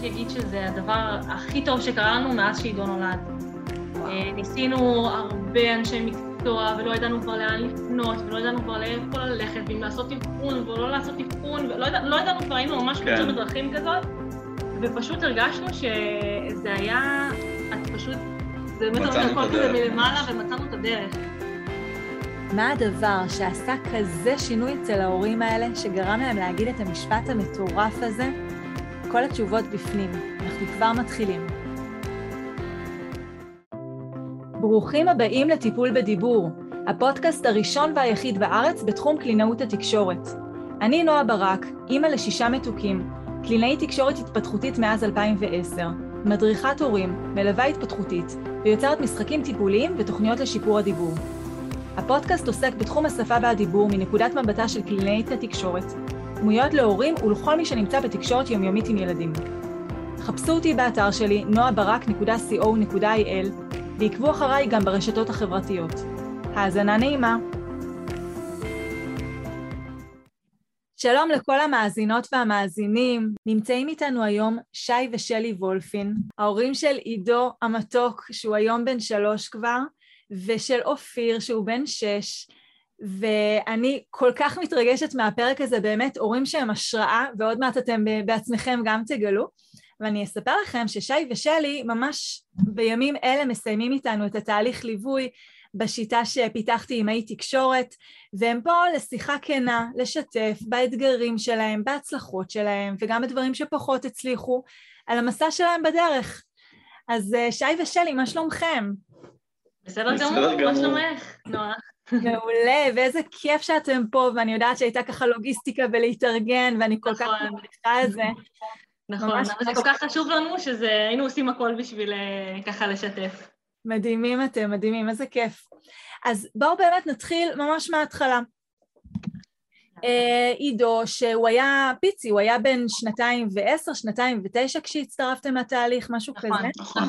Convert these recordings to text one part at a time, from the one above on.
הייתי אגיד שזה הדבר הכי טוב שקרה לנו מאז שעידו נולד. ניסינו הרבה אנשי מקצוע, ולא ידענו כבר לאן לפנות, ולא ידענו כבר לאיפה ללכת, ואם לעשות אבחון ולא לעשות אבחון, ולא ידענו כבר, היינו ממש חושבים בדרכים כזאת, ופשוט הרגשנו שזה היה, פשוט, זה באמת הכל כזה מלמעלה, ומצאנו את הדרך. מה הדבר שעשה כזה שינוי אצל ההורים האלה, שגרם להם להגיד את המשפט המטורף הזה? כל התשובות בפנים, אנחנו כבר מתחילים. ברוכים הבאים לטיפול בדיבור, הפודקאסט הראשון והיחיד בארץ בתחום קלינאות התקשורת. אני נועה ברק, אימא ל6 מתוקים, קלינאית תקשורת התפתחותית מאז 2010, מדריכת הורים, מלווה התפתחותית, ויוצרת משחקים טיפוליים ותוכניות לשיפור הדיבור. הפודקאסט עוסק בתחום השפה והדיבור מנקודת מבטה של קלינאית התקשורת, דמויות להורים ולכל מי שנמצא בתקשורת יומיומית עם ילדים. חפשו אותי באתר שלי noabarak.co.il ועקבו אחריי גם ברשתות החברתיות. האזנה נעימה. שלום לכל המאזינות והמאזינים. נמצאים איתנו היום שי ושלי וולפין, ההורים של עידו המתוק, שהוא היום בן 3 כבר, ושל אופיר, שהוא בן 6, ואני כל כך מתרגשת מהפרק הזה, באמת הורים שהם השראה, ועוד מעט אתם בעצמכם גם תגלו, ואני אספר לכם ששי ושלי ממש בימים אלה מסיימים איתנו את התהליך ליווי, בשיטה שפיתחתי עם האי תקשורת, והם פה לשיחה כנה, לשתף באתגרים שלהם, בהצלחות שלהם, וגם בדברים שפחות הצליחו, על המסע שלהם בדרך. אז שי ושלי, מה שלומכם? בסדר גמור, מה שלומך, נועה? מעולה, ואיזה כיף שאתם פה, ואני יודעת שהייתה ככה לוגיסטיקה ולהתארגן, ואני כל כך מרגישה על זה. נכון, זה כל כך חשוב לנו שהיינו עושים הכל בשביל ככה לשתף. מדהימים אתם, מדהימים, איזה כיף. אז בואו באמת נתחיל ממש מההתחלה. עידו, שהוא היה פיצי, הוא היה בן 2 ו10, 2 ו9 כשהצטרפתם לתהליך, משהו כזה. נכון.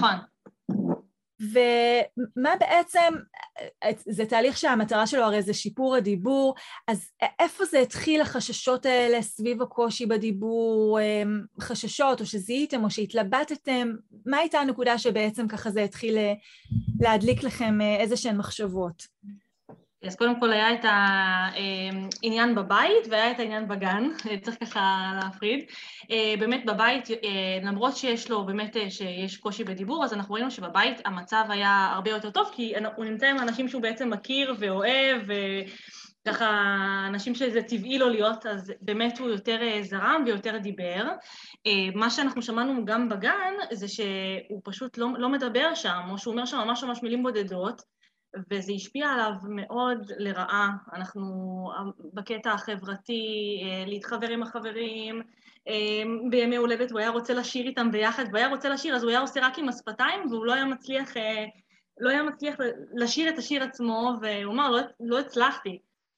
ומה בעצם, זה תהליך שהמטרה שלו הרי זה שיפור הדיבור, אז איפה זה התחיל החששות האלה סביב הקושי בדיבור, חששות או שזיהיתם או שהתלבטתם, מה הייתה הנקודה שבעצם ככה זה התחיל להדליק לכם איזה שהן מחשבות? אז קודם כל היה את העניין בבית והיה את העניין בגן, צריך ככה להפריד. באמת בבית, למרות שיש לו באמת שיש קושי בדיבור, אז אנחנו ראינו שבבית המצב היה הרבה יותר טוב, כי הוא נמצא עם אנשים שהוא בעצם מכיר ואוהב, וככה אנשים שזה טבעי לו להיות, אז באמת הוא יותר זרם ויותר דיבר. מה שאנחנו שמענו גם בגן, זה שהוא פשוט לא מדבר שם, או שהוא אומר שם ממש מילים בודדות, וזה השפיע עליו מאוד לרעה. אנחנו בקטע החברתי, להתחבר עם החברים, בימי הולדת הוא היה רוצה לשיר איתם ביחד, והוא היה רוצה לשיר, אז הוא היה עושה רק עם השפתיים, והוא לא היה מצליח לשיר את השיר עצמו, והוא אמר, לא הצלחתי.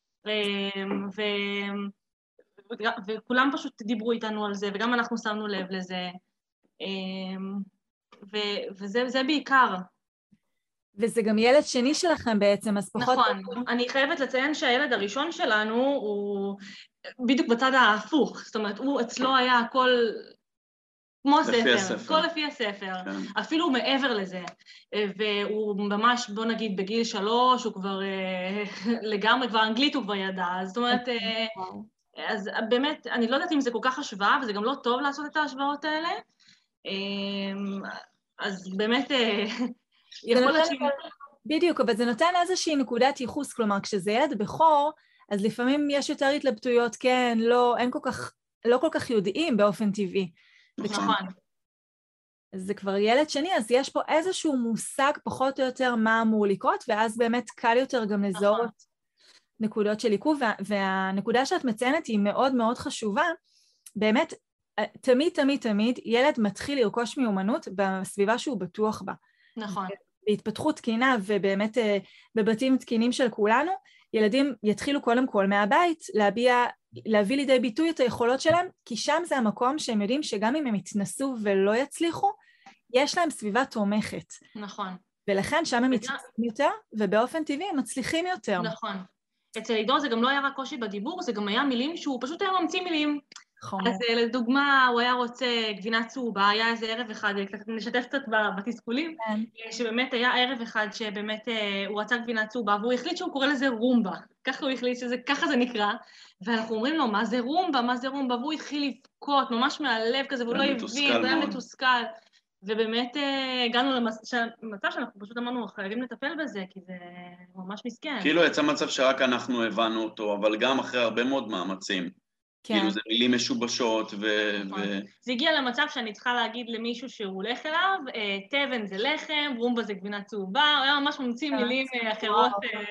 וכולם פשוט דיברו איתנו על זה, וגם אנחנו שמנו לב לזה, וזה בעיקר. וזה גם ילד שני שלכם בעצם, אז פחות... נכון, אני חייבת לציין שהילד הראשון שלנו הוא בדיוק בצד ההפוך, זאת אומרת, הוא אצלו היה הכל כמו הספר, הכל לפי הספר, אפילו מעבר לזה, והוא ממש, בוא נגיד, בגיל 3, הוא כבר לגמרי, כבר אנגלית הוא כבר ידע, זאת אומרת, אז באמת, אני לא יודעת אם זה כל כך השוואה, וזה גם לא טוב לעשות את ההשוואות האלה, אז באמת... בדיוק, אבל זה נותן איזושהי נקודת ייחוס, כלומר, כשזה ילד בכור, אז לפעמים יש יותר התלבטויות, כן, לא כל כך יודעים באופן טבעי. נכון. אז זה כבר ילד שני, אז יש פה איזשהו מושג פחות או יותר מה אמור לקרות, ואז באמת קל יותר גם לזהות נקודות של עיכוב, והנקודה שאת מציינת היא מאוד מאוד חשובה, באמת, תמיד ילד מתחיל לרכוש מיומנות בסביבה שהוא בטוח בה. נכון. בהתפתחות תקינה ובאמת בבתים תקינים של כולנו, ילדים יתחילו קודם כל מהבית להביא לידי ביטוי את היכולות שלהם, כי שם זה המקום שהם יודעים שגם אם הם יתנסו ולא יצליחו, יש להם סביבה תומכת. נכון. ולכן שם הם יצליחים יותר, ובאופן טבעי הם מצליחים יותר. נכון. אצל עידו זה גם לא היה רק קושי בדיבור, זה גם היה מילים שהוא פשוט היה ממציא מילים. אז לדוגמה, הוא היה רוצה גבינה צהובה, היה איזה ערב אחד, נשתף קצת בתסכולים, שבאמת היה ערב אחד שבאמת הוא רצה גבינה צהובה, והוא החליט שהוא קורא לזה רומבה. ככה הוא החליט ככה זה נקרא, ואנחנו אומרים לו, מה זה רומבה, מה זה רומבה? והוא התחיל לבכות ממש מהלב כזה, והוא לא הבין, הוא היה מתוסכל. ובאמת הגענו למצב שאנחנו פשוט אמרנו, חייבים לטפל בזה, כי זה ממש מסכן. כאילו יצא מצב שרק אנחנו הבנו אותו, אבל גם אחרי הרבה מאוד מאמצים. כאילו זה מילים משובשות זה הגיע למצב שאני צריכה להגיד למישהו שהוא הולך אליו, תבן זה לחם, רומבה זה גבינה צהובה, הוא היה ממש ממציא מילים אחרות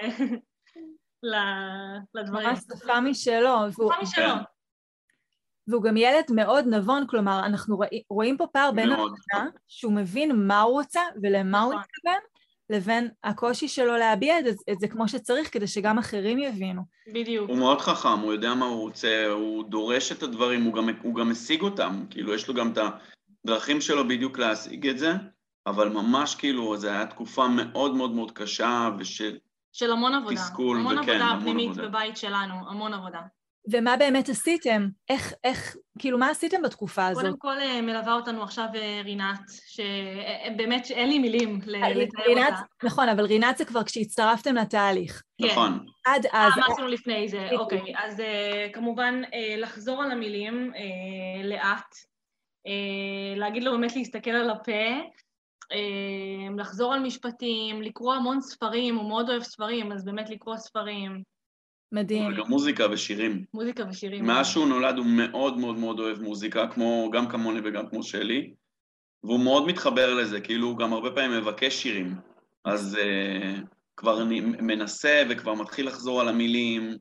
לדברים. ממש שפה משלו. שפה משלו. והוא גם ילד מאוד נבון, כלומר, אנחנו רואים פה פער בין הבנה, שהוא מבין מה הוא רוצה ולמה הוא התכוון, לבין הקושי שלו להביע את זה כמו שצריך, כדי שגם אחרים יבינו. בדיוק. הוא מאוד חכם, הוא יודע מה הוא רוצה, הוא דורש את הדברים, הוא גם משיג אותם, כאילו יש לו גם את הדרכים שלו בדיוק להשיג את זה, אבל ממש כאילו, זו הייתה תקופה מאוד מאוד מאוד קשה, של המון עבודה. תסכול, המון וכן, עבודה המון פנימית עבודה. בבית שלנו, המון עבודה. ומה באמת עשיתם? כאילו, מה עשיתם בתקופה הזאת? קודם כל מלווה אותנו עכשיו רינת, שבאמת אין לי מילים לתאר אותה. נכון, אבל רינת זה כבר כשהצטרפתם לתהליך. נכון. עד אז. מה עשינו לפני זה? אוקיי, אז כמובן לחזור על המילים לאט, להגיד לו באמת להסתכל על הפה, לחזור על משפטים, לקרוא המון ספרים, הוא מאוד אוהב ספרים, אז באמת לקרוא ספרים. מדהים. וגם מוזיקה ושירים. מוזיקה ושירים. מאז שהוא נולד הוא מאוד מאוד מאוד אוהב מוזיקה, גם כמוני וגם כמו שלי, והוא מאוד מתחבר לזה, כאילו הוא גם הרבה פעמים מבקש שירים, אז כבר אני מנסה וכבר מתחיל לחזור על המילים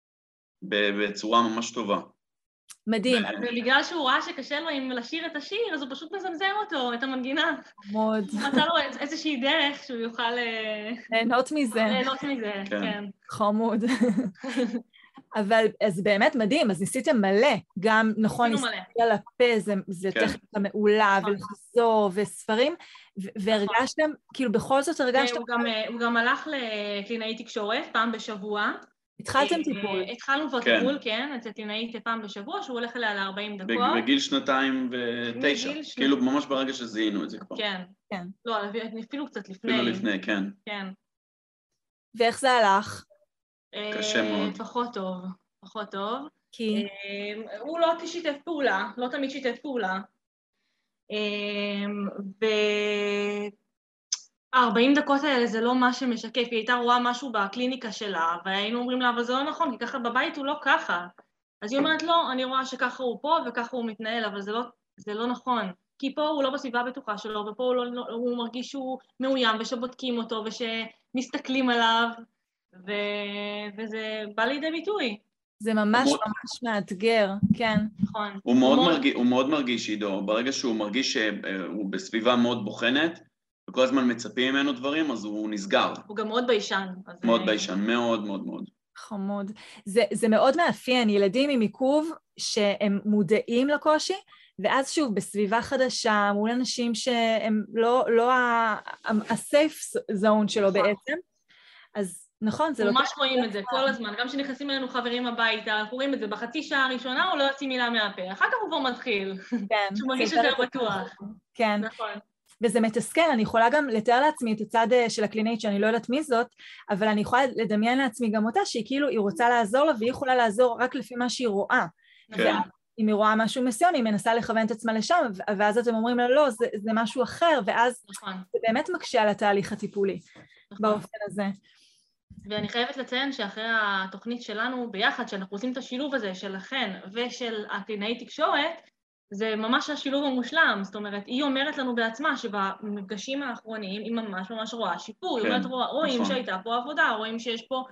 בצורה ממש טובה. מדהים. ובגלל שהוא ראה שקשה לו עם לשיר את השיר, אז הוא פשוט מזמזם אותו, את המנגינה. מאוד. הוא מצא לו איזושהי דרך שהוא יוכל ליהנות מזה. ליהנות מזה, כן. חמוד. אבל אז באמת מדהים, אז ניסיתם מלא, גם נכון, ניסיתם על הפה, זה טכניקה מעולה, ולחזור, וספרים, והרגשתם, כאילו בכל זאת הרגשתם... הוא גם הלך לקלינאי תקשורת פעם בשבוע, התחלתם טיפול. התחלנו כבר טיפול, כן, אצל קלינאית פעם בשבוע, שהוא הולך אליה ל-40 דקות. בגיל 209, כאילו ממש ברגע שזיהינו את זה כבר. כן, כן. לא, אפילו קצת לפני. אפילו לפני, כן. כן. ואיך זה הלך? קשה מאוד. פחות טוב. כי? הוא לא שיתף פעולה, לא תמיד שיתף פעולה. ו40 דקות האלה זה לא מה שמשקף, היא הייתה רואה משהו בקליניקה שלה, והיינו אומרים לה, אבל זה לא נכון, כי ככה בבית הוא לא ככה. אז היא אומרת, לא, אני רואה שככה הוא פה וככה הוא מתנהל, אבל זה לא נכון. כי פה הוא לא בסביבה הבטוחה שלו, ופה הוא מרגיש שהוא מאוים, ושבודקים אותו, ושמסתכלים עליו, וזה בא לידי ביטוי. זה ממש מאתגר, כן. נכון. הוא מאוד מרגיש, עידו, ברגע שהוא מרגיש שהוא בסביבה מאוד בוחנת, וכל הזמן מצפים ממנו דברים, אז הוא נסגר. הוא גם מאוד ביישן. מאוד ביישן, מאוד מאוד מאוד. חמוד. זה מאוד מאפיין, ילדים עם עיכוב שהם מודעים לקושי, ואז שוב, בסביבה חדשה, מול אנשים שהם לא ה-safe zone שלו בעצם, אז נכון, זה לא... ממש רואים את זה כל הזמן, גם כשנכנסים אלינו חברים הביתה, אנחנו רואים את זה בחצי שעה הראשונה, הוא לא יוציא מילה מהפה, אחר כך הוא כבר מתחיל, שהוא מרגיש יותר בטוח. כן. נכון. וזה מתסכל, אני יכולה גם לתאר לעצמי את הצד של הקלינאית, שאני לא יודעת מי זאת, אבל אני יכולה לדמיין לעצמי גם אותה, שהיא כאילו, היא רוצה לעזור לה, והיא יכולה לעזור רק לפי מה שהיא רואה. כן. אם היא רואה משהו מסוים, היא מנסה לכוון את עצמה לשם, ואז אתם אומרים לה, לא, זה משהו אחר, ואז זה באמת מקשה על התהליך הטיפולי, באופן הזה. ואני חייבת לציין שאחרי התוכנית שלנו ביחד, שאנחנו עושים את השילוב הזה של החן ושל הקלינאי תקשורת, זה ממש השילוב המושלם, זאת אומרת, היא אומרת לנו בעצמה שבמפגשים האחרונים היא ממש רואה שיפור, היא אומרת, רואים שהייתה פה עבודה, רואים שיש פה...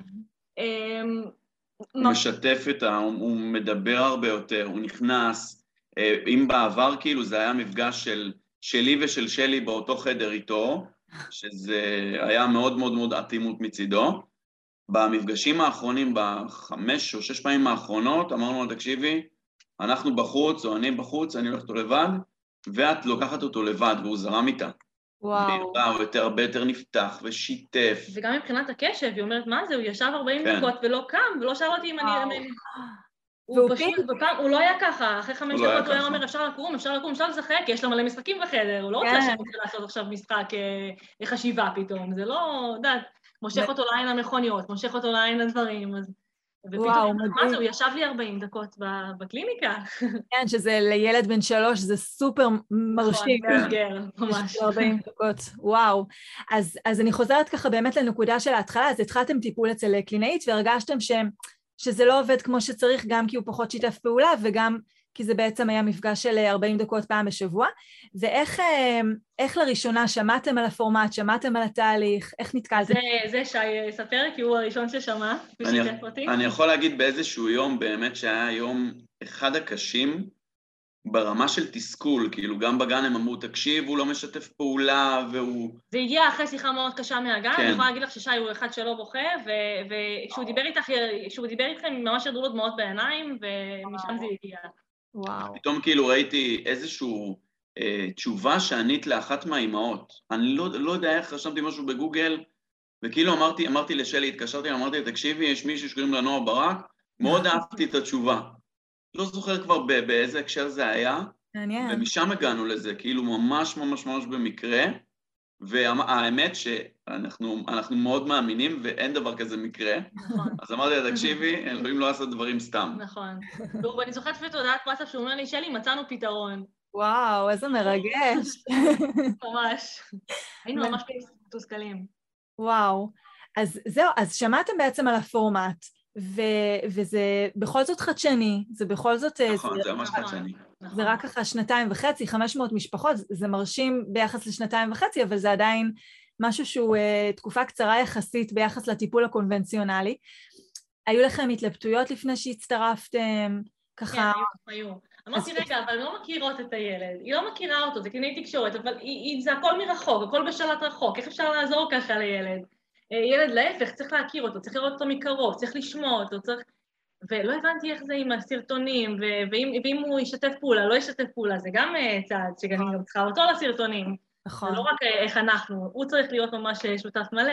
הוא משתף הוא מדבר הרבה יותר, הוא נכנס, אם בעבר כאילו זה היה מפגש שלי ושל שלי באותו חדר איתו, שזה היה מאוד מאוד מאוד אטימות מצידו, במפגשים האחרונים, ב5 או 6 פעמים האחרונות, אמרנו לה, תקשיבי, אנחנו בחוץ, או אני בחוץ, אני הולך אותו לבד, ואת לוקחת אותו לבד, והוא זרם איתה. וואו. הוא הרבה יותר נפתח ושיתף. וגם מבחינת הקשב, היא אומרת, מה זה, הוא ישב 40 דקות ולא קם, ולא שאל אותי אם אני... הוא פשוט, בפעם, הוא לא היה ככה, אחרי 5 דקות הוא היה אומר, אפשר לקום, אפשר לשחק, יש לו מלא משחקים בחדר, הוא לא רוצה שאני רוצה לעשות עכשיו משחק חשיבה פתאום, זה לא, יודעת, מושך אותו לעין המכוניות, מושך אותו לעין הדברים, אז... ופתאום, מה זה, הוא ישב לי 40 דקות בקליניקה. כן, שזה לילד בן 3, זה סופר מרשים. נכון, מאתגר, ממש. 40 דקות, וואו. אז אני חוזרת ככה באמת לנקודה של ההתחלה, אז התחלתם טיפול אצל קלינאית, והרגשתם שזה לא עובד כמו שצריך, גם כי הוא פחות שיתף פעולה, וגם כי זה בעצם היה מפגש של 40 דקות פעם בשבוע. ואיך לראשונה שמעתם על הפורמט, שמעתם על התהליך, איך נתקלתם? זה שי ספר, כי הוא הראשון ששמע, ושיתף אותי. אני יכול להגיד באיזשהו יום, באמת שהיה יום אחד הקשים, ברמה של תסכול, כאילו גם בגן הם אמרו, תקשיב, הוא לא משתף פעולה, והוא... זה הגיע אחרי שיחה מאוד קשה מהגן, כן. אני יכולה להגיד לך ששי הוא אחד שלא בוכה, וכשהוא דיבר איתכם, ממש ירדו לו דמעות בעיניים, ומשם זה הגיע. וואו. פתאום כאילו ראיתי איזשהו תשובה שענית לאחת מהאימהות. אני לא יודע איך רשמתי משהו בגוגל, וכאילו אמרתי לשלי, התקשרתי, אמרתי, תקשיבי, יש מישהו שקוראים לה נועה ברק, מאוד אהבתי את התשובה. לא זוכר כבר באיזה הקשר זה היה, ומשם הגענו לזה, כאילו ממש ממש ממש במקרה, והאמת שאנחנו מאוד מאמינים, ואין דבר כזה מקרה. נכון. אז אמרתי לה, תקשיבי, אלוהים לא עשה דברים סתם. נכון. ואני זוכרת פשוט הודעת וואטסאפ שהוא אומר לי, שלי, מצאנו פתרון. וואו, איזה מרגש. ממש. היינו ממש מתוסכלים. וואו. אז זהו, אז שמעתם בעצם על הפורמט, וזה בכל זאת חדשני, זה בכל זאת... נכון, זה ממש חדשני. זה רק ככה 2.5, 500 משפחות, זה מרשים ביחס ל2.5, אבל זה עדיין משהו שהוא תקופה קצרה יחסית ביחס לטיפול הקונבנציונלי. היו לכם התלבטויות לפני שהצטרפתם? ככה... כן, היו. אמרתי, רגע, אבל לא מכירות את הילד, היא לא מכירה אותו, זה קלינאי תקשורת, אבל זה הכל מרחוק, הכל בשלט רחוק, איך אפשר לעזור ככה לילד? ילד להפך, צריך להכיר אותו, צריך לראות אותו מקרוב, צריך לשמוע אותו, צריך... ולא הבנתי איך זה עם הסרטונים, ואם הוא ישתף פעולה, לא ישתף פעולה, זה גם צעד שגם אני גם צריכה אותו לסרטונים. נכון. זה לא רק איך אנחנו, הוא צריך להיות ממש שותף מלא.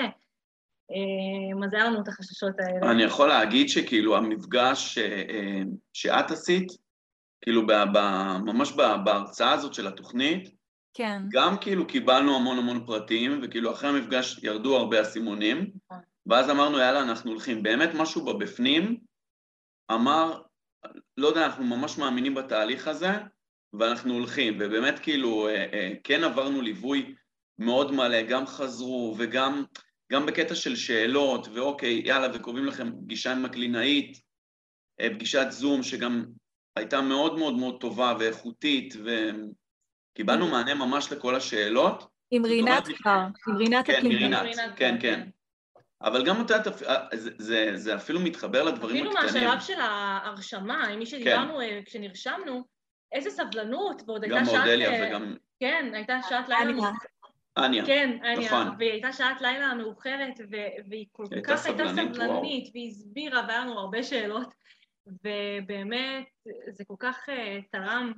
אז היה לנו את החששות האלה. אני יכול להגיד שכאילו המפגש שאת עשית, כאילו ממש בהרצאה הזאת של התוכנית, כן. גם כאילו קיבלנו המון פרטים, וכאילו אחרי המפגש ירדו הרבה אסימונים, ואז אמרנו, יאללה, אנחנו הולכים. באמת משהו בבפנים אמר, לא יודע, אנחנו ממש מאמינים בתהליך הזה, ואנחנו הולכים, ובאמת כאילו, כן עברנו ליווי מאוד מלא, גם חזרו, וגם בקטע של שאלות, ואוקיי, יאללה, וקובעים לכם פגישה עם הקלינאית, פגישת זום, שגם הייתה מאוד מאוד מאוד טובה ואיכותית, וקיבלנו מענה ממש לכל השאלות. עם רינת כבר, עם רינת הקלינאית. כן. אבל גם אותה, זה אפילו מתחבר לדברים הקטנים. אפילו מהשלב של ההרשמה, עם מי שדיברנו כשנרשמנו, איזה סבלנות, ועוד הייתה שעת... גם מאודליה וגם... כן, הייתה שעת לילה... אניה, כן, נכון. והיא הייתה שעת לילה מאוחרת, והיא כל כך הייתה סבלנית, והיא הסבירה, והיה לנו הרבה שאלות, ובאמת זה כל כך תרם.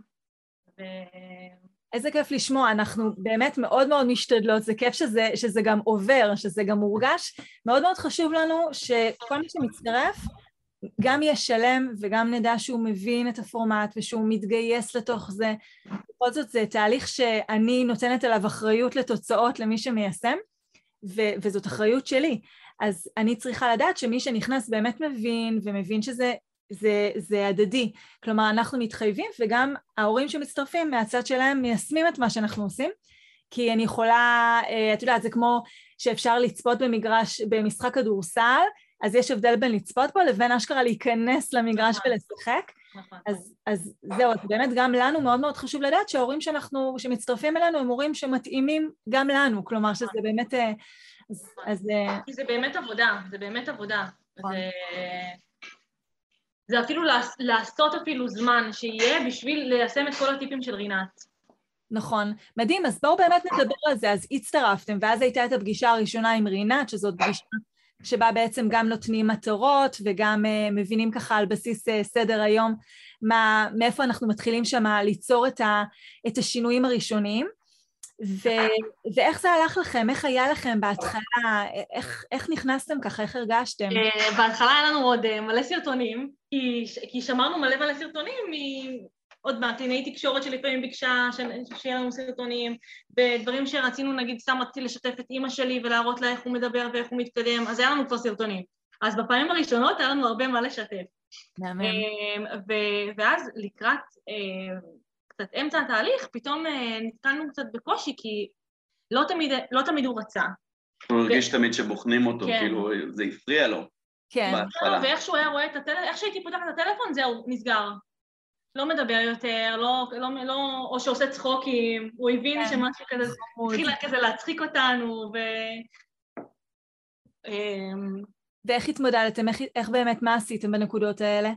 איזה כיף לשמוע, אנחנו באמת מאוד מאוד משתדלות, זה כיף שזה גם עובר, שזה גם מורגש, מאוד מאוד חשוב לנו שכל מי שמצטרף גם יהיה שלם וגם נדע שהוא מבין את הפורמט ושהוא מתגייס לתוך זה. בכל זאת זה תהליך שאני נותנת עליו אחריות לתוצאות למי שמיישם, וזאת אחריות שלי. אז אני צריכה לדעת שמי שנכנס באמת מבין ומבין זה הדדי. כלומר, אנחנו מתחייבים וגם ההורים שמצטרפים מהצד שלהם מיישמים את מה שאנחנו עושים, כי אני יכולה, את יודעת, זה כמו שאפשר לצפות במשחק כדורסל, אז יש הבדל בין לצפות פה לבין אשכרה להיכנס למגרש ולשחק. אז זהו, באמת גם לנו מאוד מאוד חשוב לדעת שההורים שמצטרפים אלינו הם הורים שמתאימים גם לנו, כלומר שזה באמת... כי זה באמת עבודה, זה באמת עבודה. זה אפילו לעשות אפילו זמן שיהיה בשביל ליישם את כל הטיפים של רינת. נכון, מדהים, אז בואו באמת נדבר על זה, אז הצטרפתם, ואז הייתה את הפגישה הראשונה עם רינת, שזאת פגישה שבה בעצם גם נותנים מטרות, וגם מבינים ככה על בסיס סדר היום, מאיפה אנחנו מתחילים שם ליצור את השינויים הראשוניים, ואיך זה הלך לכם? איך היה לכם בהתחלה? איך נכנסתם ככה? איך הרגשתם? בהתחלה היה לנו עוד מלא סרטונים, כי שמרנו מלא סרטונים עוד מהקלינאי תקשורת שלפעמים ביקשה שיהיה לנו סרטונים, בדברים שרצינו, נגיד, סתם רציתי לשתף את אמא שלי ולהראות לה איך הוא מדבר ואיך הוא מתקדם, אז היה לנו כבר סרטונים. אז בפעמים הראשונות היה לנו הרבה מה לשתף. ואז לקראת קצת אמצע התהליך, פתאום נתקלנו קצת בקושי, כי לא תמיד הוא רצה. הוא הרגיש תמיד שבוחנים אותו, כאילו זה הפריע לו. כן. ואיך שהוא היה רואה את הטלפון, איך שהייתי פותחת את הטלפון, זהו, נסגר. לא מדבר יותר, או שעושה צחוקים, הוא הבין שמשהו כזה, התחילה כזה להצחיק אותנו, ואיך התמודדתם? איך באמת, מה עשיתם בנקודות האלה?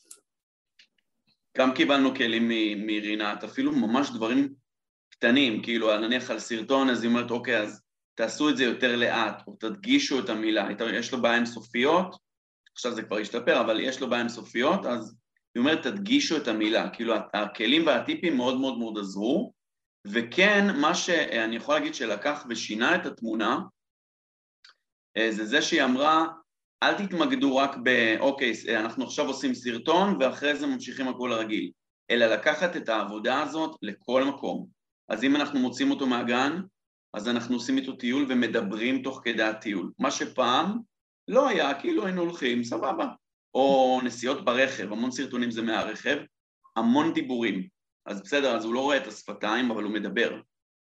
גם קיבלנו כלים מרינת, אפילו ממש דברים קטנים, כאילו נניח על סרטון, אז היא אומרת, אוקיי, אז תעשו את זה יותר לאט, או תדגישו את המילה, יש לו בעיה עם סופיות, עכשיו זה כבר השתפר, אבל יש לו בעיה עם סופיות, אז היא אומרת, תדגישו את המילה, כאילו הכלים והטיפים מאוד מאוד מאוד עזרו, וכן, מה שאני יכול להגיד שלקח ושינה את התמונה, זה שהיא אמרה, אל תתמקדו רק אוקיי, אנחנו עכשיו עושים סרטון, ואחרי זה ממשיכים הכל הרגיל, אלא לקחת את העבודה הזאת לכל מקום. אז אם אנחנו מוצאים אותו מהגן, אז אנחנו עושים איתו טיול ומדברים תוך כדי הטיול. מה שפעם לא היה, כאילו היינו הולכים, סבבה. או נסיעות ברכב, המון סרטונים זה מהרכב, המון דיבורים. אז בסדר, אז הוא לא רואה את השפתיים, אבל הוא מדבר.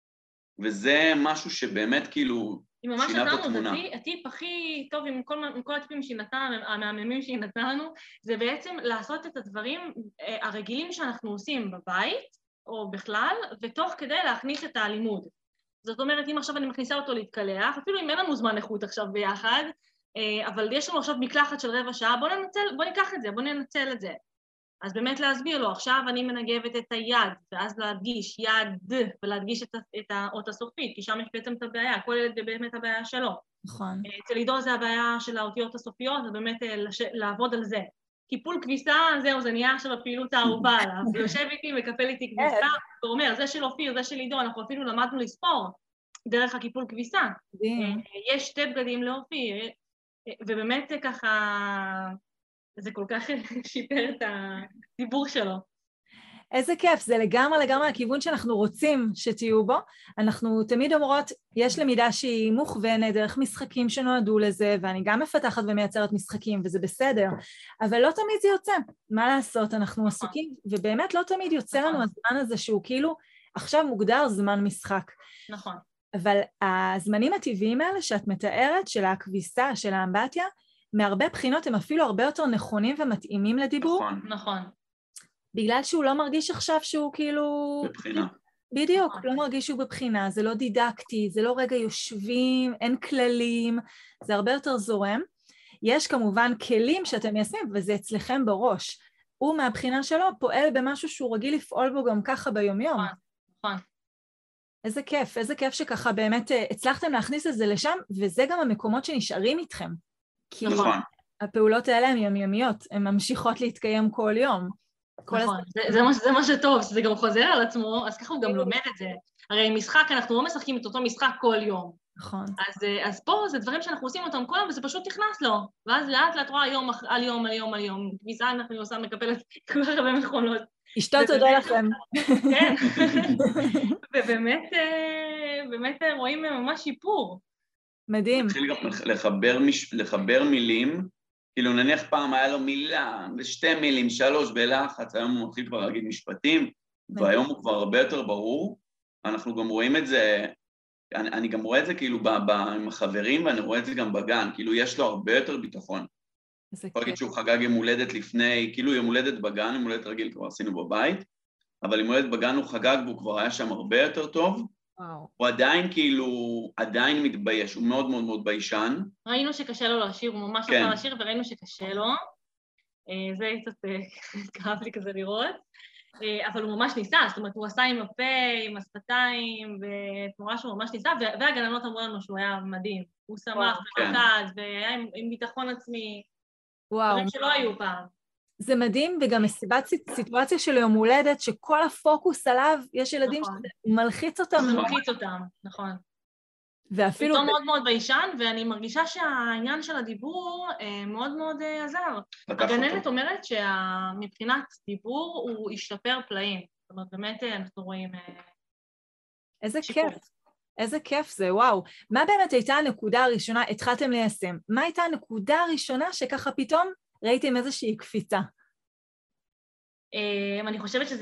וזה משהו שבאמת כאילו שינה את התמונה. הטיפ הכי טוב עם כל הטיפים שהיא נתנה, המהממים שהיא נתנה לנו, זה בעצם לעשות את הדברים הרגילים שאנחנו עושים בבית, או בכלל, ותוך כדי להכניס את הלימוד. זאת אומרת, אם עכשיו אני מכניסה אותו להתקלח, אפילו אם אין לנו זמן איכות עכשיו ביחד, אבל יש לנו עכשיו מקלחת של רבע שעה, בוא ניקח את זה, בוא ננצל את זה. אז באמת להסביר לו, עכשיו אני מנגבת את היד, ואז להדגיש יד, ולהדגיש את האות הסופית, כי שם יש בעצם את הבעיה, כל ילד באמת הבעיה שלו. נכון. אצל עידו זה הבעיה של האותיות הסופיות, ובאמת לעבוד על זה. קיפול כביסה, זהו, זה נהיה עכשיו הפעילות האהובה עליו. הוא יושב איתי, מקפל איתי כביסה, ואומר, זה של אופיר, זה של עידו, אנחנו אפילו למדנו לספור דרך הקיפול כביסה. יש שתי בגדים לאופיר, ובאמת ככה, זה כל כך שיפר את הדיבור שלו. איזה כיף, זה לגמרי הכיוון שאנחנו רוצים שתהיו בו. אנחנו תמיד אומרות, יש למידה שהיא מוכוונת, דרך משחקים שנועדו לזה, ואני גם מפתחת ומייצרת משחקים, וזה בסדר, אבל לא תמיד זה יוצא. מה לעשות? אנחנו עסוקים, ובאמת לא תמיד יוצא לנו הזמן הזה, שהוא כאילו עכשיו מוגדר זמן משחק. נכון. אבל הזמנים הטבעיים האלה שאת מתארת, של הכביסה, של האמבטיה, מהרבה בחינות הם אפילו הרבה יותר נכונים ומתאימים לדיבור. נכון. בגלל שהוא לא מרגיש עכשיו שהוא כאילו... בבחינה. בדיוק, לא מרגיש שהוא בבחינה, זה לא דידקטי, זה לא רגע יושבים, אין כללים, זה הרבה יותר זורם. יש כמובן כלים שאתם מיישמים, וזה אצלכם בראש. הוא מהבחינה שלו פועל במשהו שהוא רגיל לפעול בו גם ככה ביומיום. נכון. איזה כיף שככה באמת הצלחתם להכניס את זה לשם, וזה גם המקומות שנשארים איתכם. כי הפעולות האלה הן יומיומיות, הן ממשיכות להתקיים כל יום. נכון, זה מה שטוב, שזה גם חוזר על עצמו, אז ככה הוא גם לומד את זה. הרי משחק, אנחנו לא משחקים את אותו משחק כל יום. נכון. אז פה זה דברים שאנחנו עושים אותם כל יום, וזה פשוט נכנס לו. ואז לאט רואה יום על יום. כביסה אנחנו עושה מקפלת כל כך הרבה מכונות. אשתו תודה לכם. כן. ובאמת רואים ממש שיפור. מדהים. התחיל גם לחבר מילים, כאילו נניח פעם היה לו מילה, 2 מילים, 3 בלחץ, היום הוא מתחיל כבר להגיד משפטים, והיום הוא כבר הרבה יותר ברור. אנחנו גם רואים את זה, אני גם רואה את זה כאילו עם החברים, ואני רואה את זה גם בגן, כאילו יש לו הרבה יותר ביטחון. יכול להגיד שהוא חגג יום הולדת לפני, כאילו יום הולדת בגן, יום הולדת רגיל כבר עשינו בבית, אבל יום הולדת בגן הוא חגג והוא כבר היה שם הרבה יותר טוב, הוא עדיין כאילו, עדיין מתבייש, הוא מאוד מאוד מאוד ביישן. ראינו שקשה לו לשיר, הוא ממש רצה לשיר וראינו שקשה לו, זה קצת כאב לי כזה לראות, אבל הוא ממש ניסה, זאת אומרת הוא עשה עם הפה, עם השפתיים, ותמורה שהוא ממש ניסה, והגננות אמרו לנו שהוא היה מדהים, הוא שמח ורקד, והיה עם ביטחון עצמי, דברים שלא היו פעם. זה מדהים, וגם סיטואציה של יום הולדת, שכל הפוקוס עליו, יש ילדים נכון. שזה מלחיץ אותם. זה מלחיץ אותם, נכון. ואפילו... פתאום מאוד מאוד ביישן, ואני מרגישה שהעניין של הדיבור מאוד מאוד עזר. הגננת אומרת שמבחינת דיבור הוא השתפר פלאים. זאת אומרת, באמת אנחנו רואים איזה שיפור. כיף. איזה כיף זה, וואו. מה באמת הייתה הנקודה הראשונה, התחלתם ליישם? מה הייתה הנקודה הראשונה שככה פתאום ראיתם איזושהי קפיצה? אני חושבת שזה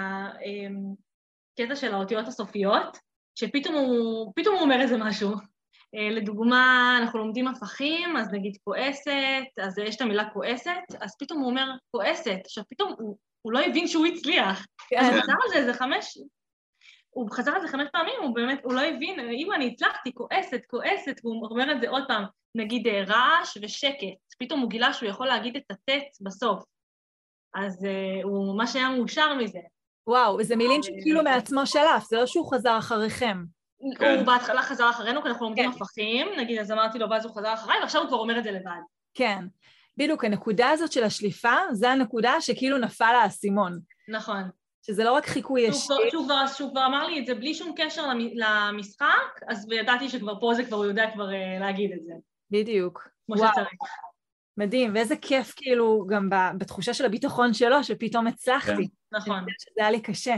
הקטע של האותיות הסופיות, שפתאום הוא אומר איזה משהו. לדוגמה, אנחנו לומדים הפכים, אז נגיד כועסת, אז יש את המילה כועסת, אז פתאום הוא אומר כועסת. עכשיו פתאום הוא לא הבין שהוא הצליח. אז הוא חזר על זה איזה 5... הוא חזר על זה 5 פעמים, הוא לא הבין, אם אני הצלחתי, כועסת, והוא אומר את זה עוד פעם, נגיד רעש ושקט, פתאום הוא גילה שהוא יכול להגיד את הטט בסוף, אז הוא ממש היה מאושר מזה. וואו, זה מילים שכאילו מעצמו שלף, זה לא שהוא חזר אחריכם. הוא בהתחלה חזר אחרינו, כי אנחנו לומדים הפכים, נגיד, אז אמרתי לו, ואז הוא חזר אחריי, ועכשיו הוא כבר אומר את זה לבד. כן, בדיוק, הנקודה הזאת של השליפה, זה הנקודה שכאילו נפל האסימון. נכון. שזה לא רק חיקוי ישיר. שהוא כבר אמר לי את זה בלי שום קשר למשחק, אז ידעתי שכבר פה זה כבר הוא יודע כבר להגיד את זה. בדיוק. כמו שצריך. מדהים, ואיזה כיף כאילו גם בתחושה של הביטחון שלו, שפתאום הצלחתי. נכון. שזה היה לי קשה.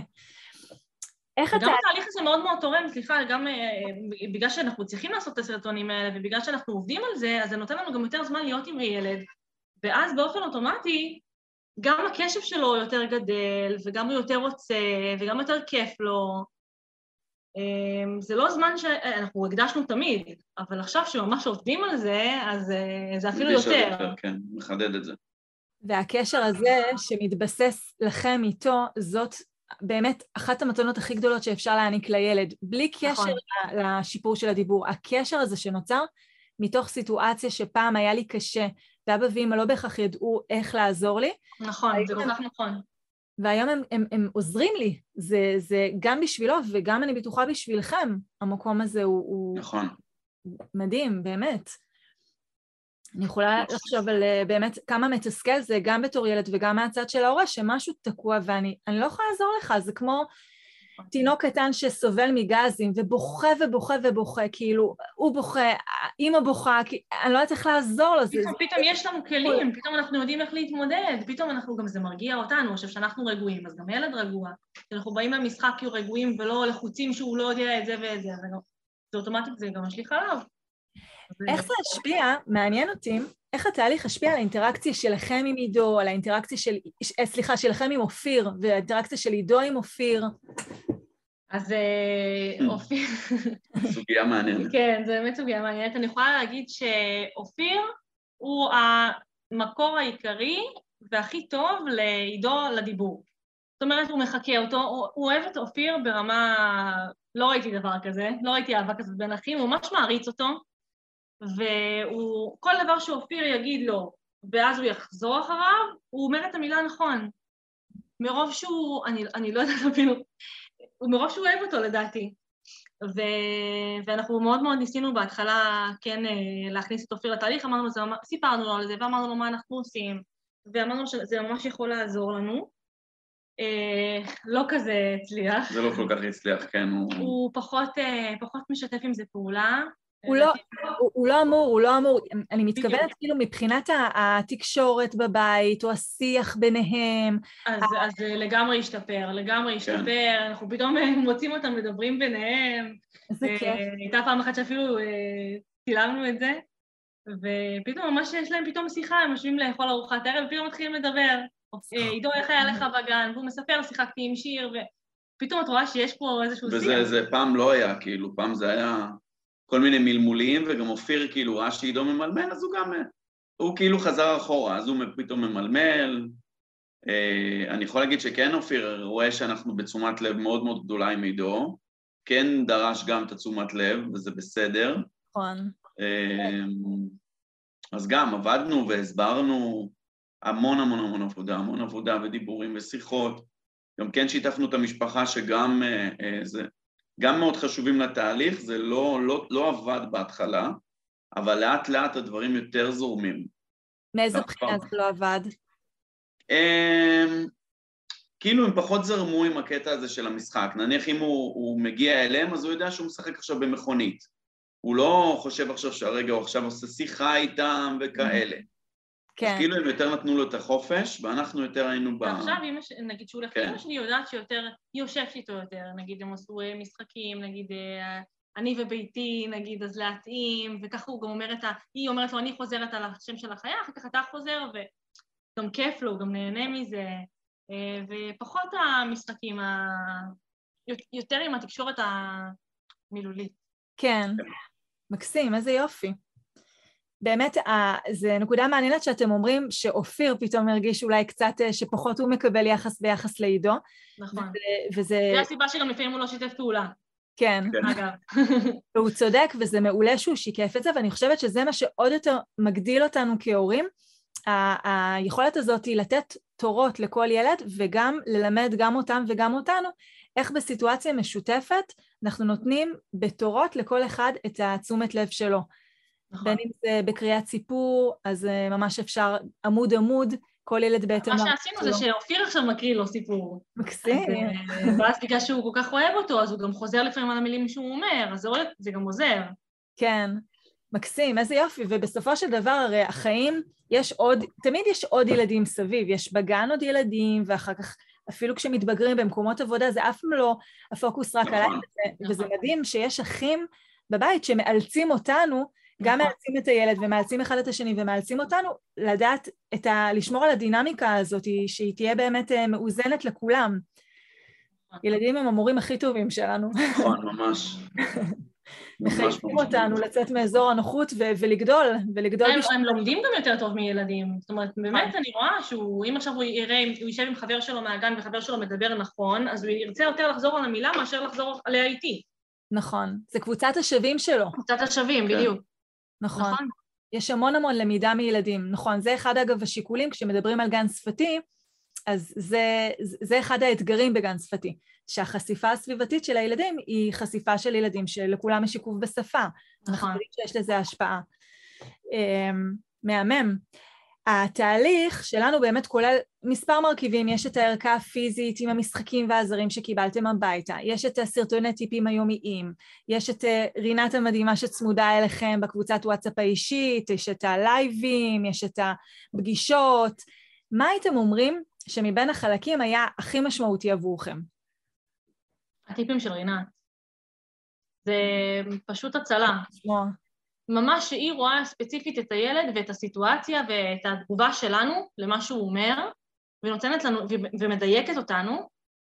גם התהליך הזה מאוד מאוד תורם, סליחה, גם בגלל שאנחנו צריכים לעשות את הסרטונים האלה, ובגלל שאנחנו עובדים על זה, אז זה נותן לנו גם יותר זמן להיות עם הילד, ואז באופן אוטומטי, גם הקשב שלו יותר גדל, וגם הוא יותר רוצה, וגם יותר כיף לו. זה לא זמן שאנחנו הקדשנו תמיד, אבל עכשיו שממש עובדים על זה, אז זה אפילו יותר. כן, מחדד את זה. והקשר הזה שמתבסס לכם איתו, זאת באמת אחת המתנות הכי גדולות שאפשר להעניק לילד, בלי קשר לשיפור של הדיבור. הקשר הזה שנוצר מתוך סיטואציה שפעם היה לי קשה, ואבא ואמא לא בהכרח ידעו איך לעזור לי. נכון, זה כל כך נכון. והיום הם עוזרים לי, זה גם בשבילו וגם אני בטוחה בשבילכם, המקום הזה הוא נכון. מדהים, באמת. אני יכולה לחשוב על באמת כמה מתסכל זה גם בתור ילד וגם מהצד של ההורה, שמשהו תקוע ואני לא יכולה לעזור לך, זה כמו תינוק קטן שסובל מגזים ובוכה ובוכה ובוכה, כאילו הוא בוכה, אמא בוכה, אני לא יודעת איך לעזור לו. פתאום יש לנו כלים, פתאום אנחנו יודעים איך להתמודד, פתאום אנחנו גם זה מרגיע אותנו, עכשיו שאנחנו רגועים, אז גם ילד רגוע, כשאנחנו באים למשחק כי הוא רגועים ולא לחוצים שהוא לא יודע את זה ואת זה, זה אוטומטית, זה גם משליך עליו. איך זה השפיע, מעניין אותי, איך התהליך השפיע על האינטראקציה שלכם עם עידו, על האינטראקציה שלכם עם אופיר, והאינטראקציה של עידו עם אופיר? אז אופיר... סוגיה מעניינת. כן, זו באמת סוגיה מעניינת. אני יכולה להגיד שאופיר הוא המקור העיקרי והכי טוב לעידו לדיבור. זאת אומרת, הוא מחכה אותו, הוא אוהב את אופיר ברמה... לא ראיתי דבר כזה, לא ראיתי אהבה כזאת בין אחים, הוא ממש מעריץ אותו, וכל דבר שאופיר יגיד לו, ואז הוא יחזור אחריו, הוא אומר את המילה נכון. מרוב שהוא, אני לא יודעת אפילו, מרוב שהוא אוהב אותו לדעתי. ואנחנו מאוד מאוד ניסינו בהתחלה כן להכניס את אופיר לתהליך, סיפרנו לו על זה ואמרנו לו מה אנחנו עושים, ואמרנו שזה ממש יכול לעזור לנו. לא כזה הצליח. זה לא כל כך הצליח, כן. הוא פחות משתף עם זה פעולה. הוא לא אמור, אני מתכוונת כאילו מבחינת התקשורת בבית, או השיח ביניהם. אז לגמרי השתפר, אנחנו פתאום מוצאים אותם מדברים ביניהם. איזה כיף. הייתה פעם אחת שאפילו צילמנו את זה, ופתאום ממש יש להם פתאום שיחה, הם יושבים לאכול ארוחת ערב, ופתאום מתחילים לדבר. עידו, איך היה לך בגן? והוא מספר, שיחקתי עם שיר, ופתאום את רואה שיש פה איזשהו שיח. וזה פעם לא היה, כאילו, פעם זה היה כל מיני מלמולים, וגם אופיר כאילו ראה שעידו ממלמל, אז הוא כאילו חזר אחורה, אז הוא פתאום ממלמל. אני יכול להגיד שכן, אופיר רואה שאנחנו בתשומת לב מאוד מאוד גדולה עם עידו, כן דרש גם את התשומת לב, וזה בסדר. נכון. אז גם עבדנו והסברנו, המון עבודה ודיבורים ושיחות. גם כן שיתפנו את המשפחה שגם זה גם מאוד חשובים לתהליך, זה לא עבד בהתחלה, אבל לאט לאט הדברים יותר זורמים. מאיזה בחינה זה לא עבד? כאילו הם פחות זרמו עם הקטע הזה של המשחק. נניח אם הוא מגיע אליהם, אז הוא יודע שהוא משחק עכשיו במכונית. הוא לא חושב עכשיו שהרגע הוא עכשיו עושה שיחה איתם וכאלה. כן. אז כאילו הם יותר נתנו לו את החופש, ואנחנו יותר היינו ועכשיו, נגיד שהוא הולך לאמא שלי, יודעת שיותר, היא יושבת איתו יותר, נגיד הם עשו משחקים, נגיד אני וביתי, נגיד, אז להתאים, וככה הוא גם אומר היא אומרת לו, אני חוזרת על השם של החיה, אחר כך אתה חוזר, וגם כיף לו, הוא גם נהנה מזה, ופחות המשחקים, יותר עם התקשורת המילולית. כן, מקסים, איזה יופי. באמת, זה נקודה מעניינת שאתם אומרים שאופיר פתאום הרגיש אולי קצת שפחות הוא מקבל יחס ביחס לעידו. נכון. וזה... זה הסיבה שגם לפעמים הוא לא שיתף פעולה. כן. אגב. והוא צודק, וזה מעולה שהוא שיקף את זה, ואני חושבת שזה מה שעוד יותר מגדיל אותנו כהורים, היכולת הזאת היא לתת תורות לכל ילד, וגם ללמד גם אותם וגם אותנו, איך בסיטואציה משותפת אנחנו נותנים בתורות לכל אחד את התשומת לב שלו. נכון. בין אם זה בקריאת סיפור, אז ממש אפשר עמוד, כל ילד בהתאם. מה שעשינו זה שאופיר עכשיו מקריא לו סיפור. מקסים. ואז בגלל שהוא כל כך אוהב אותו, אז הוא גם חוזר לפעמים על המילים שהוא אומר, אז זה גם עוזר. כן, מקסים, איזה יופי. ובסופו של דבר, הרי החיים, תמיד יש עוד ילדים סביב, יש בגן עוד ילדים, ואחר כך אפילו כשמתבגרים במקומות עבודה, זה אף פעם לא הפוקוס רק עליי, וזה מדהים שיש אחים בבית שמאלצים אותנו, גם מאלצים את הילד ומאלצים אחד את השני ומאלצים אותנו לדעת לשמור על הדינמיקה הזאת שהיא תהיה באמת מאוזנת לכולם. ילדים הם המורים הכי טובים שלנו. נכון, ממש. מחייבים אותנו לצאת מאזור הנוחות ולגדול. הם לומדים גם יותר טוב מילדים. זאת אומרת, באמת אני רואה אם עכשיו הוא יישב עם חבר שלו מהגן וחבר שלו מדבר נכון, אז הוא ירצה יותר לחזור על המילה מאשר לחזור עליה איתי. נכון, זה קבוצת השווים שלו. קבוצת השווים, בדיוק. נכון. יש המון מלמידה מילדים. נכון, זה אחד אגב השיקולים, כשמדברים על גן שפתי, אז זה אחד האתגרים בגן שפתי, שהחשיפה הסביבתית של הילדים היא חשיפה של ילדים שלכולם יש עיכוב בשפה. אנחנו יודעים שיש לזה השפעה. מהמם. התהליך שלנו באמת כולל מספר מרכיבים, יש את הערכה הפיזית עם המשחקים והעזרים שקיבלתם הביתה, יש את הסרטוני טיפים היומיים, יש את רינת המדהימה שצמודה אליכם בקבוצת וואטסאפ האישית, יש את הלייבים, יש את הפגישות. מה הייתם אומרים שמבין החלקים היה הכי משמעותי עבורכם? הטיפים של רינת. זה פשוט הצלה. ממש שהיא רואה ספציפית את הילד ואת הסיטואציה ואת התגובה שלנו למה שהוא אומר, ונותנת לנו ומדייקת אותנו,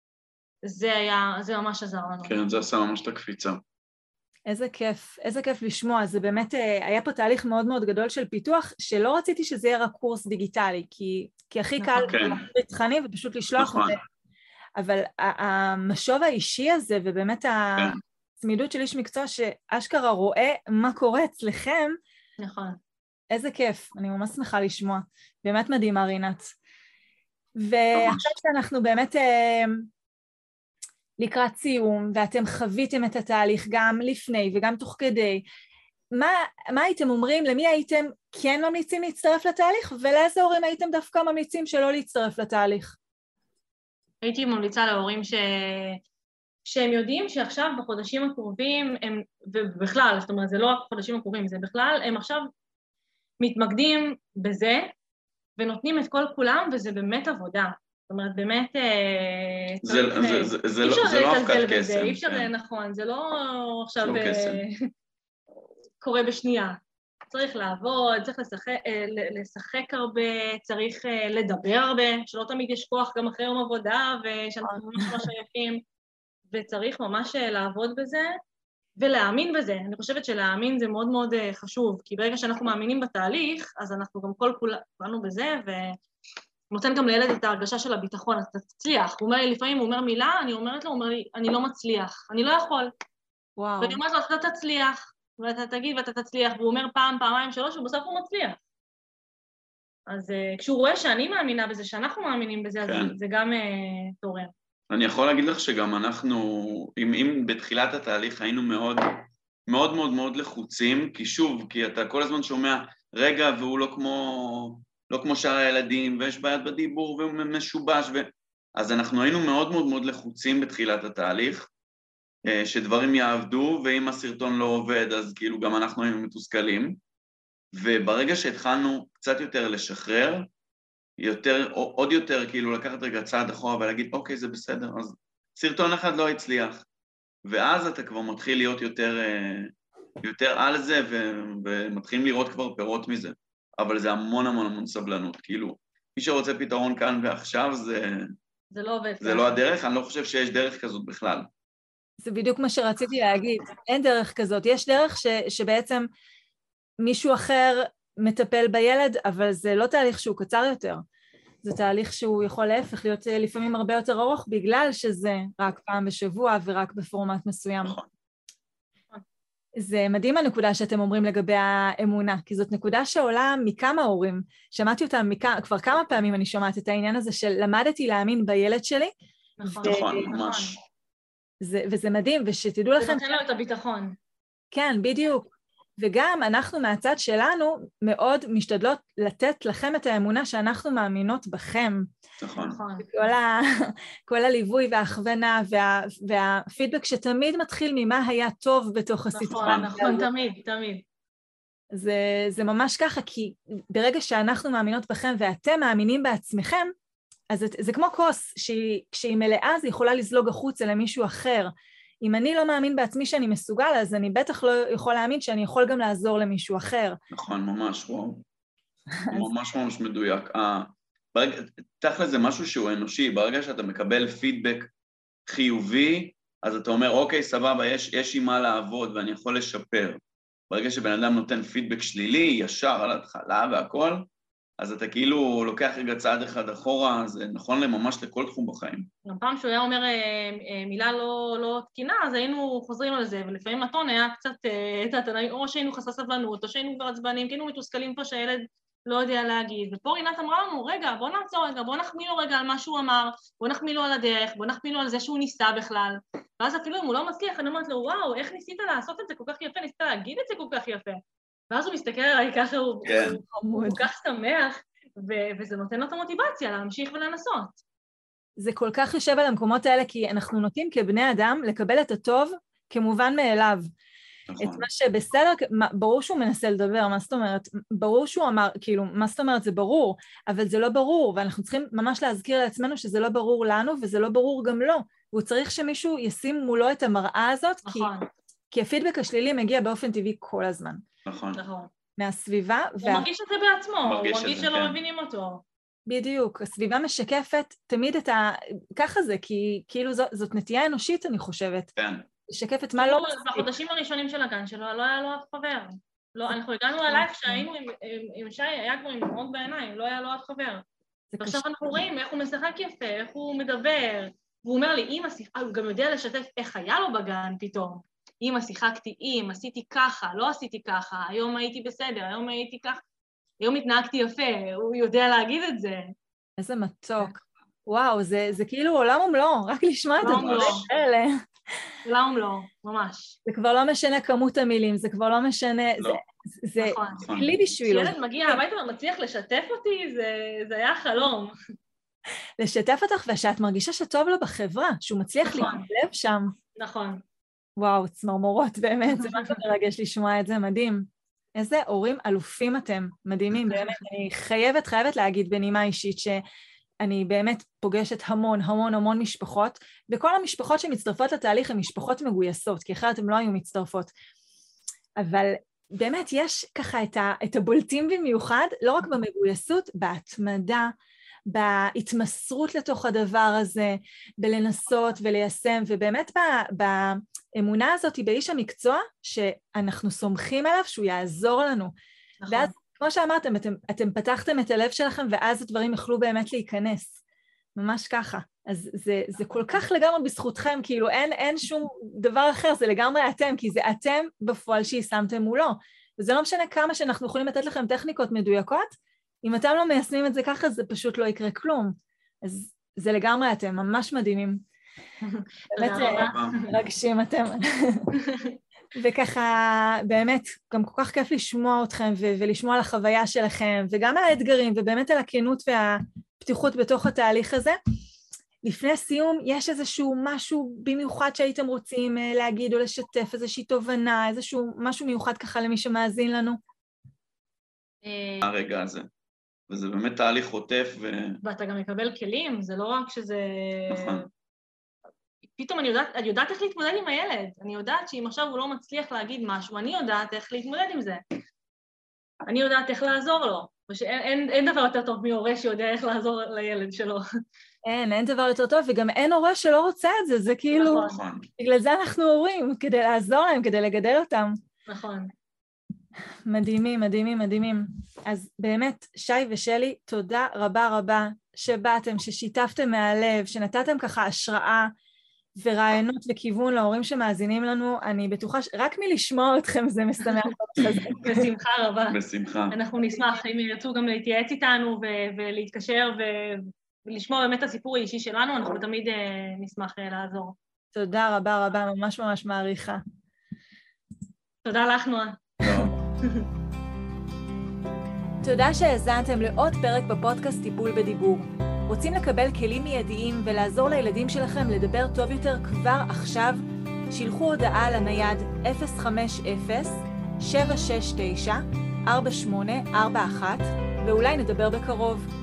זה ממש עזר לנו. כן, זה עשה ממש את הקפיצה. איזה כיף לשמוע, זה באמת, היה פה תהליך מאוד מאוד גדול של פיתוח, שלא רציתי שזה יהיה רק קורס דיגיטלי, כי הכי קל להחליט תכנים ופשוט לשלוח את זה. אבל המשוב האישי הזה, ובאמת הצמידות של איש מקצוע שאשכרה רואה מה קורה אצלכם, נכון. איזה כיף, אני ממש שמחה לשמוע. באמת מדהימה רינת. ועכשיו שאנחנו באמת לקראת סיום, ואתם חוויתם את התהליך גם לפני וגם תוך כדי, מה הייתם אומרים, למי הייתם כן ממליצים להצטרף לתהליך, ולאיזה הורים הייתם דווקא ממליצים שלא להצטרף לתהליך? הייתי ממליצה להורים שהם יודעים שעכשיו בחודשים הקרובים, ובכלל, זאת אומרת, זה לא רק בחודשים הקרובים, זה בכלל, הם עכשיו מתמקדים בזה, ונותנים את כל כולם, וזה באמת עבודה. זאת אומרת, באמת... זה לא הפקת קסם. אי אפשר, נכון, זה לא עכשיו קורה בשנייה. צריך לעבוד, צריך לשחק הרבה, צריך לדבר הרבה, שלא תמיד יש כוח גם אחרי יום עבודה, ושאנחנו ממש שייכים, וצריך ממש לעבוד בזה, ולהאמין בזה. אני חושבת שלהאמין זה מאוד מאוד חשוב, כי ברגע שאנחנו מאמינים בתהליך, אז אנחנו גם כולנו בזה, ונותן גם לילד את ההרגשה של הביטחון, אתה תצליח. הוא אומר לי, לפעמים הוא אומר מילה, אני אומרת לו, הוא אומר לי, אני לא מצליח, אני לא יכול. וואו. ואני אומרת לו, אתה תצליח. ואתה תגיד ואתה תצליח, והוא אומר פעם, פעמיים, שלוש, ובסוף הוא מצליח. אז כשהוא רואה שאני מאמינה בזה, שאנחנו מאמינים בזה, אז זה גם תורם. אני יכול להגיד לך שגם אנחנו, אם בתחילת התהליך היינו מאוד מאוד מאוד מאוד לחוצים, כי שוב, כי אתה כל הזמן שומע, רגע, והוא לא כמו לא כמו שאר הילדים, ויש בעיית בדיבור ומשובש, אז אנחנו היינו מאוד מאוד מאוד לחוצים בתחילת התהליך, שדברים יעבדו, ואם הסרטון לא עובד, אז כאילו גם אנחנו היינו מתוסכלים, וברגע שהתחלנו קצת יותר לשחרר, עוד יותר כאילו לקחת רגע צעד אחורה ולהגיד, אוקיי, זה בסדר, אז סרטון אחד לא הצליח, ואז אתה כבר מתחיל להיות יותר על זה, ומתחילים לראות כבר פירות מזה, אבל זה המון המון המון סבלנות, כאילו, מי שרוצה פתרון כאן ועכשיו, זה לא עובד. זה לא הדרך, אני לא חושב שיש דרך כזאת בכלל. זה בדיוק מה שרציתי להגיד, אין דרך כזאת, יש דרך שבעצם מישהו אחר מטפל בילד, אבל זה לא תהליך שהוא קצר יותר, זה תהליך שהוא יכול להפך להיות לפעמים הרבה יותר ארוך, בגלל שזה רק פעם בשבוע ורק בפורמט מסוים. זה מדהים הנקודה שאתם אומרים לגבי האמונה, כי זאת נקודה שעולה מכמה הורים, שמעתי אותה כבר כמה פעמים, אני שומעת את העניין הזה של למדתי להאמין בילד שלי. נכון, ממש. וזה מדהים, ושתדעו לכם... זה נותן לו את הביטחון. כן, בדיוק. וגם אנחנו מהצד שלנו מאוד משתדלות לתת לכם את האמונה שאנחנו מאמינות בכם. נכון. כל הליווי וההכוונה והפידבק שתמיד מתחיל ממה היה טוב בתוך הסיטואציה. נכון, תמיד. זה ממש ככה, כי ברגע שאנחנו מאמינות בכם ואתם מאמינים בעצמכם, אז זה כמו כוס, כשהיא מלאה זה יכולה לזלוג החוצה למישהו אחר. אם אני לא מאמין בעצמי שאני מסוגל, אז אני בטח לא יכול להאמין שאני יכול גם לעזור למישהו אחר. נכון, ממש, וואו. ממש ממש מדויק. תכל'ס זה משהו שהוא אנושי, ברגע שאתה מקבל פידבק חיובי, אז אתה אומר, אוקיי, סבבה, יש עם מה לעבוד ואני יכול לשפר. ברגע שבן אדם נותן פידבק שלילי, ישר על התחלה והכל, אז אתה כאילו לוקח רגע צעד אחד אחורה, זה נכון ממש לכל תחום בחיים. גם פעם שהוא היה אומר מילה לא תקינה, אז היינו חוזרים על זה, ולפעמים הטון היה קצת, או שהיינו חסר סבלנות, או שהיינו כבר עצבנים, כי היינו מתוסכלים פה שהילד לא יודע להגיד. ופה רינת אמרה לנו, רגע, בוא נעצור רגע, בוא נחמיא לו רגע על מה שהוא אמר, בוא נחמיא לו על הדרך, בוא נחמיא לו על זה שהוא ניסה בכלל. ואז אפילו אם הוא לא מצליח, אני אומרת לו, וואו, איך ניסית לעשות את זה כל כך יפה, ניסית להגיד את זה כל כך יפה. ואז הוא מסתכל עליי ככה, הוא כל כך שמח, וזה נותן לו את המוטיבציה להמשיך ולנסות. זה כל כך יושב על המקומות האלה, כי אנחנו נוטים כבני אדם לקבל את הטוב כמובן מאליו. את מה שבסדר, ברור שהוא מנסה לדבר, מה זאת אומרת? ברור שהוא אמר, כאילו, מה זאת אומרת? זה ברור, אבל זה לא ברור, ואנחנו צריכים ממש להזכיר לעצמנו שזה לא ברור לנו, וזה לא ברור גם לו. והוא צריך שמישהו ישים מולו את המראה הזאת, כי הפידבק השלילי מגיע באופן טבעי כל הזמן. נכון. מהסביבה. הוא מרגיש את זה בעצמו, הוא מרגיש שלא מבינים אותו. בדיוק, הסביבה משקפת תמיד את ככה זה, כי כאילו זאת נטייה אנושית, אני חושבת. כן. משקפת מה לא מספיק. בחודשים הראשונים של הגן שלו, לא היה לו אף חבר. אנחנו הגענו אלייך שהיינו עם שי, היה כבר עם דמעות בעיניים, לא היה לו אף חבר. ועכשיו אנחנו רואים איך הוא משחק יפה, איך הוא מדבר, והוא אומר לי, הוא גם יודע לשתף איך היה לו בגן פתאום. אמא, שיחקתי עשיתי ככה, לא עשיתי ככה, היום הייתי בסדר, היום הייתי ככה, היום התנהגתי יפה, הוא יודע להגיד את זה. איזה מתוק. וואו, זה כאילו עולם ומלואו, רק לשמוע את הדברים האלה. עולם ומלואו, ממש. זה כבר לא משנה כמות המילים, זה כבר לא משנה, זה כלי בשבילו. כשילד מגיע הביתה ומצליח לשתף אותי, זה היה חלום. לשתף אותך ושאת מרגישה שטוב לו בחברה, שהוא מצליח להתלב שם. נכון. וואו, צמרמורות באמת, זה משהו מרגש לשמוע את זה, מדהים. איזה הורים אלופים אתם, מדהימים, באמת. אני חייבת להגיד בנימה אישית שאני באמת פוגשת המון משפחות, וכל המשפחות שמצטרפות לתהליך הן משפחות מגויסות, כי אחרת הן לא היו מצטרפות. אבל באמת יש ככה את הבולטים במיוחד, לא רק במגויסות, בהתמדה, בהתמסרות לתוך הדבר הזה, בלנסות וליישם, ובאמת באמונה הזאת באיש המקצוע, שאנחנו סומכים עליו שהוא יעזור לנו. נכון. ואז, כמו שאמרתם, אתם פתחתם את הלב שלכם, ואז הדברים יכלו באמת להיכנס. ממש ככה. אז זה כל כך לגמרי בזכותכם, כאילו אין שום דבר אחר, זה לגמרי אתם, כי זה אתם בפועל שיישמתם מולו. וזה לא משנה כמה שאנחנו יכולים לתת לכם טכניקות מדויקות, אם אתם לא מיישמים את זה ככה, זה פשוט לא יקרה כלום. אז זה לגמרי אתם, ממש מדהימים. באמת מרגשים אתם. וככה באמת גם כל כך כיף לשמוע אתכם ולשמוע על החוויה שלכם, וגם על האתגרים, ובאמת על הכנות והפתיחות בתוך התהליך הזה. לפני סיום, יש איזשהו משהו במיוחד שהייתם רוצים להגיד או לשתף, איזושהי תובנה, איזשהו משהו מיוחד ככה למי שמאזין לנו? הרגע הזה. וזה באמת תהליך חוטף ואתה גם מקבל כלים, זה לא רק שזה... נכון. פתאום אני יודעת איך להתמודד עם הילד. אני יודעת שאם עכשיו הוא לא מצליח להגיד משהו, אני יודעת איך להתמודד עם זה. אני יודעת איך לעזור לו. אין דבר יותר טוב מהורה שיודע איך לעזור לילד שלו. אין דבר יותר טוב, וגם אין הורה שלא רוצה את זה, זה כאילו... נכון. בגלל זה אנחנו הורים, כדי לעזור להם, כדי לגדל אותם. נכון. מדהימים, מדהימים, מדהימים. אז באמת, שי ושלי, תודה רבה רבה שבאתם, ששיתפתם מהלב, שנתתם ככה השראה ורעיונות וכיוון להורים שמאזינים לנו. אני בטוחה רק מלשמוע אתכם זה משמח אותך. בשמחה רבה. בשמחה. אנחנו נשמח, אם ירצו גם להתייעץ איתנו ולהתקשר ולשמוע באמת את הסיפור האישי שלנו, אנחנו תמיד נשמח לעזור. תודה רבה רבה, ממש ממש מעריכה. תודה לך, נועה. תודה שהאזנתם לעוד פרק בפודקאסט טיפול בדיבור. רוצים לקבל כלים מיידיים ולעזור לילדים שלכם לדבר טוב יותר כבר עכשיו? שילחו הודעה לנייד 050-769-4841 ואולי נדבר בקרוב.